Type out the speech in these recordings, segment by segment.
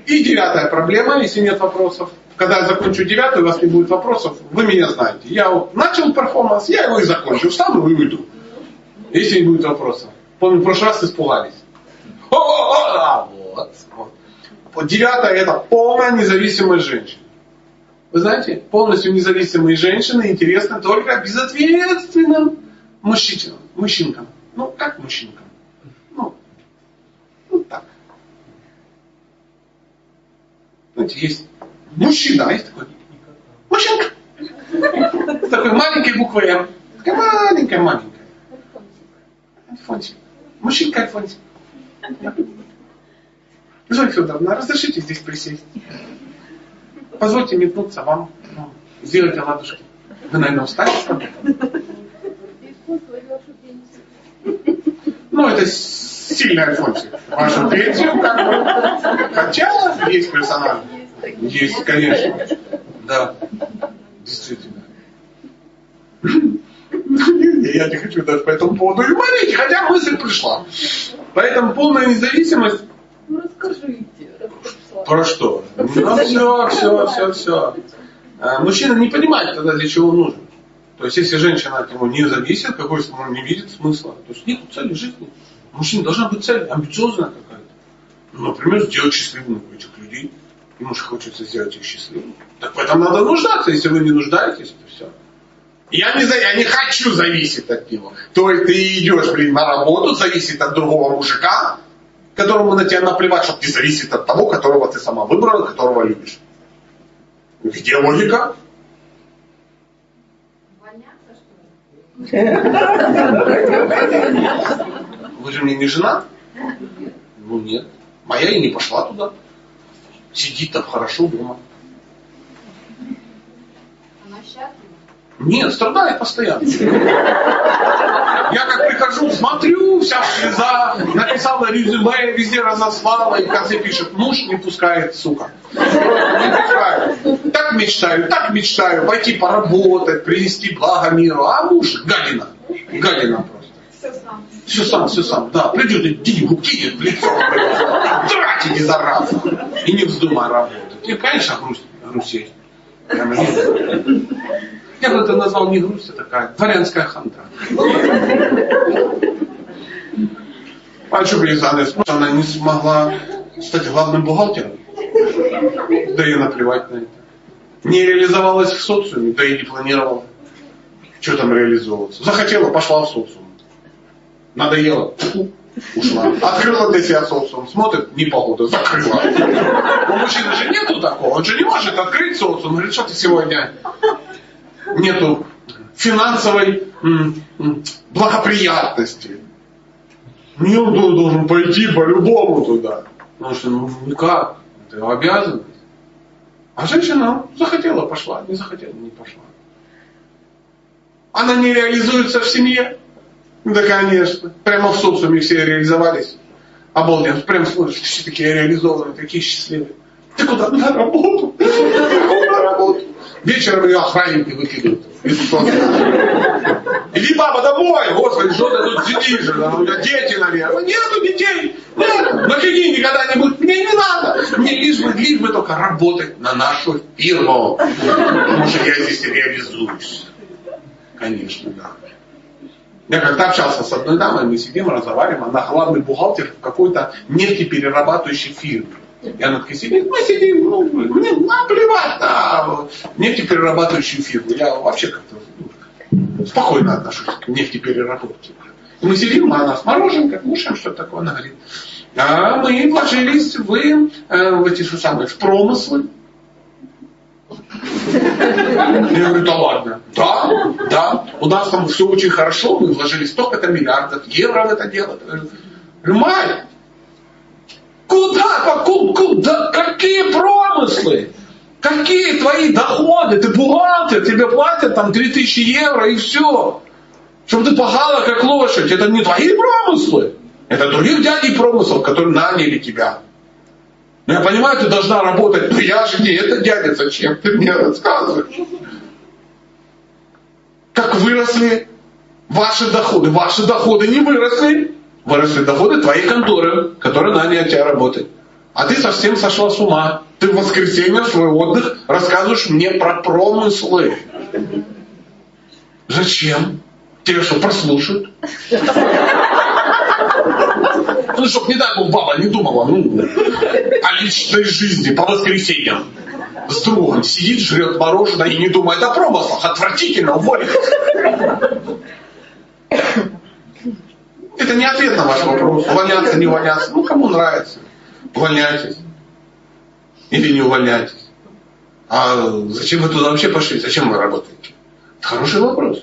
И 9-я проблема, если нет вопросов. Когда я закончу 9-ю, у вас не будет вопросов, вы меня знаете. Я вот начал перформанс, я его и закончу. Встану и уйду. Если не будет вопросов. Помню, в прошлый раз испугались. Вот. 9-я это полная независимость женщин. Вы знаете, полностью независимые женщины интересны только безответственным мужчинкам. Ну, как мужчинкам? Ну так. Знаете, есть мужчина, а есть такой мужчинка. С такой маленькой буквой М. Такая маленькая. Альфонсик. Мужчинка Альфонсик. Зоя Федоровна, разрешите здесь присесть? Позвольте метнуться вам. Сделать оладушки. Вы, наверное, устали с тобой? Ну, это сильный Альфонсик. Вашу пенсию как бы. Хотя есть персонаж. Есть, конечно. Да. Действительно. Я не хочу даже по этому поводу юморить, хотя мысль пришла. Поэтому полная независимость. Ну расскажите. Про что? Ну все. Мужчина не понимает тогда, для чего он нужен. То есть, если женщина от него не зависит, какой он не видит смысла. То есть, нет цели жизни. У мужчин должна быть цель, амбициозная какая-то. Ну, например, сделать счастливым этих людей. Ему же хочется сделать их счастливыми. Так в этом надо нуждаться. Если вы не нуждаетесь, то все. Я не хочу зависеть от него. То есть, ты идешь, на работу, зависит от другого мужика, которому на тебя наплевать, чтобы не зависит от того, которого ты сама выбрала, которого любишь. Где логика? Вы же мне не жена? Ну нет. Моя и не пошла туда. Сидит там хорошо дома. Она счастлива? Нет, страдает постоянно. Я как прихожу, смотрю, вся в слезах, написала резюме, везде разослала, и в конце пишет: муж не пускает, сука. Не пускает. Так мечтаю, пойти поработать, принести благо миру. А муж гадина. Гадина просто. Все сам. Да, придет и деньгу кинет в лицо. Трать иди, зараза. И не вздумай работать. И, конечно, грустить. Я бы это назвал не грусть, а такая дворянская хандра. А что бы она не смогла стать главным бухгалтером? Да и наплевать на это. Не реализовалась в социуме, да и не планировала. Что там реализовываться? Захотела, пошла в социум. Надоело, ушла. Открыла для себя социум. Смотрит, непогода, закрыла. У мужчины же нету такого. Он же не может открыть социум. Он говорит: что ты сегодня... Нету финансовой благоприятности. Не он должен пойти по-любому туда. Потому что никак. Это его обязанность. А женщина захотела, пошла. Не захотела, не пошла. Она не реализуется в семье? Да, конечно. Прямо в социуме все реализовались. Обалденно. Прям смотришь, все такие реализованные, такие счастливые. Ты куда? На работу. На работу. Вечером ее охранники выкидывают. Иди, папа, домой! Господи, что ты тут сидишь? У тебя дети, наверное. Нету детей. Нет. Нафиги никогда-нибудь. Мне не надо. Мне лишь бы только работать на нашу фирму. Потому что я здесь реализуюсь. Конечно, да. Я как-то общался с одной дамой, мы сидим, разговариваем. Она главный бухгалтер в какой-то нефтеперерабатывающей фирме. И она такая сидит, мы сидим, мне наплевать на нефтеперерабатывающую фирму. Я вообще как-то спокойно отношусь к нефтепереработке. Мы сидим, а она с мороженкой, кушаем, что такое. Она говорит: а мы вложились в эти же самые, в промыслы. Я говорю: да ладно. Да. У нас там все очень хорошо, мы вложили столько-то миллиардов евро в это дело. Я говорю: Майя, Куда? Какие промыслы? Какие твои доходы? Ты бухгалтер, тебе платят там 3000 евро и все. Чтобы ты пахала как лошадь. Это не твои промыслы. Это других дядей промыслов, которые наняли тебя. Но я понимаю, ты должна работать. Но я же не это дядя, зачем ты мне рассказываешь? Как выросли ваши доходы? Ваши доходы не выросли. Выросли доходы твоей конторы, которая наняла тебя работать. А ты совсем сошла с ума. Ты в воскресенье в свой отдых рассказываешь мне про промыслы. Зачем? Тебя что, прослушают? Ну, чтоб не так баба не думала о личной жизни по воскресеньям. С другом сидит, жрет мороженое и не думает о промыслах. Отвратительно, уволит. Это не ответ на ваш вопрос. Увольняться, не увольняться. Ну, кому нравится. Увольняйтесь. Или не увольняйтесь. А зачем вы туда вообще пошли? Зачем вы работаете? Хороший вопрос.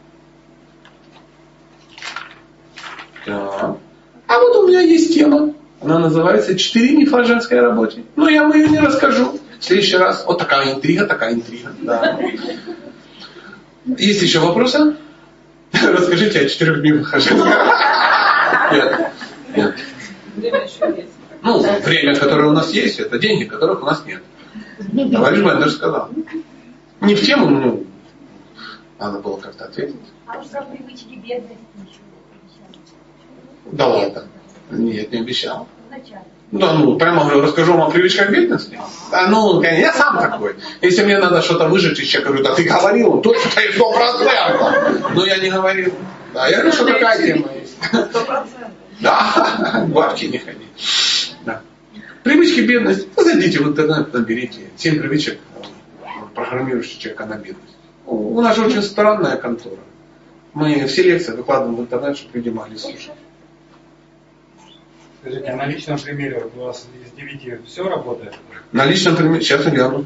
Так. А вот у меня есть тема. Она называется «4 мифа о женской работе». Но я вам ее не расскажу. В следующий раз. Вот такая интрига, такая интрига. Да. Есть еще вопросы? Расскажите о 4 мифах о женской работе. Нет. Ну, время, которое у нас есть, это деньги, которых у нас нет. Товарищ Бендер сказал. Не в тему, ну, надо было как-то ответить. А уж про привычки бедности еще обещал. Да ладно. Нет, не обещал. Вначале. Да, ну, прямо говорю, расскажу вам о привычках бедности. А ну, я сам такой. Если мне надо что-то выжать из человека, говорю, да ты говорил, точно и 100%. Но я не говорил. Да, я говорю, что такая тема есть. 100%. Да, бабки не ходи. Да. Привычки бедности. Зайдите в интернет, наберите 7 привычек программирующего человека на бедность. У нас же очень странная контора. Мы все лекции выкладываем в интернет, чтобы люди могли слушать. Скажите, на личном примере у вас из 9 все работает? На личном примере, сейчас я гляну.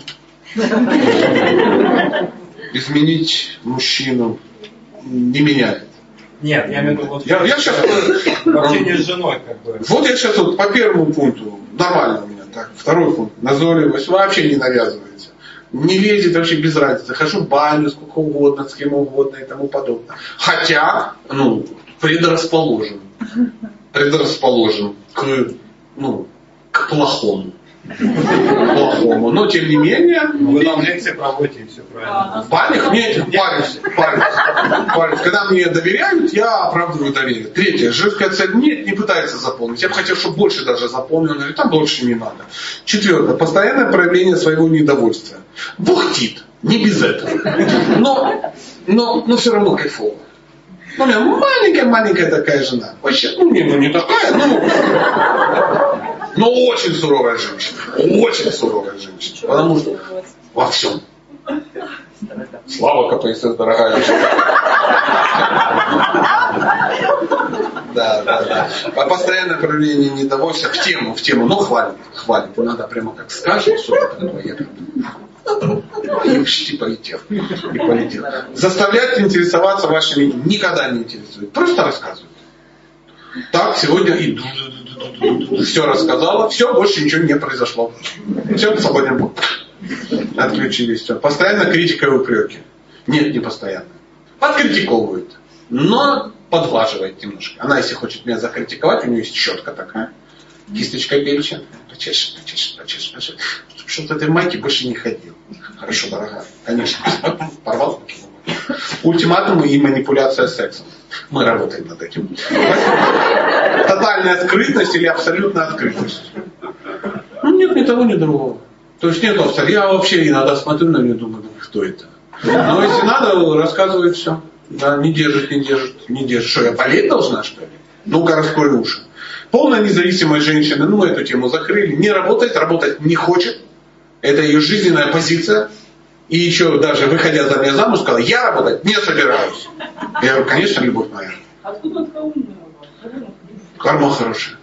Изменить мужчину не меняет. Нет, я имею в виду вот Я сейчас... в общении с женой как бы. Вот я сейчас вот по первому пункту, нормально у меня так. Второй пункт, назойливость вообще не навязывается. Не лезет вообще без разницы. Хожу в баню сколько угодно, с кем угодно и тому подобное. Хотя, ну, предрасположен к плохому. Но тем не менее... Вы там лекции проводите и все правильно. В банях? Нет, парюсь. Когда мне доверяют, я оправдываю доверие. Третье. Женская цель нет, не пытается заполнить. Я бы хотел, чтобы больше даже заполнил. Он говорит, там больше не надо. Четвертое. Постоянное проявление своего недовольствия. Бухтит. Не без этого. Но все равно кайфово. У меня маленькая такая жена. Вообще, не такая, но очень суровая женщина. Очень суровая женщина. Потому что во всем. Слава КПСС, дорогая. Да. Постоянное проявление недовольства в тему. Но хвалит. Надо прямо как скажет, что это такое. Я и почти полетел. Заставлять интересоваться вашими никогда не интересует. Просто рассказывает. Так, сегодня и все рассказала, все, больше ничего не произошло. Все, свободен был. Отключились, все. Постоянно критика и упреки. Нет, не постоянно. Подкритиковывает, но подглаживает немножко. Она, если хочет меня закритиковать, у нее есть щетка такая, кисточка бельча. Почешешь. Чтобы ты в майке больше не ходил. Хорошо, дорогая. Конечно. Порвал. Ультиматумы и манипуляция сексом. Мы работаем над этим. Тотальная скрытность или абсолютная открытость? Нет ни того, ни другого. То есть нет абсолютно. Я вообще иногда смотрю на нее и думаю, кто это? Но если надо, рассказывает все. Да, не держит. Что, я болеть должна, что ли? Ну-ка, раскрой уши. Полная независимость женщины, мы эту тему закрыли. Не работать не хочет. Это ее жизненная позиция. И еще даже выходя за меня замуж, сказала, я работать не собираюсь. Я говорю, конечно, любовь моя. Откуда такая умная? Карма хорошая.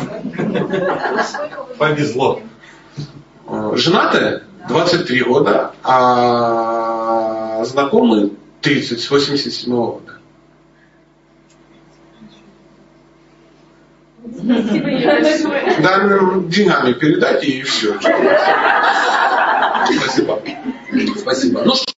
Повезло. Женатая 23 года, а знакомый 30, с 87 года. Да, деньгами передайте и все. Спасибо. Ну что?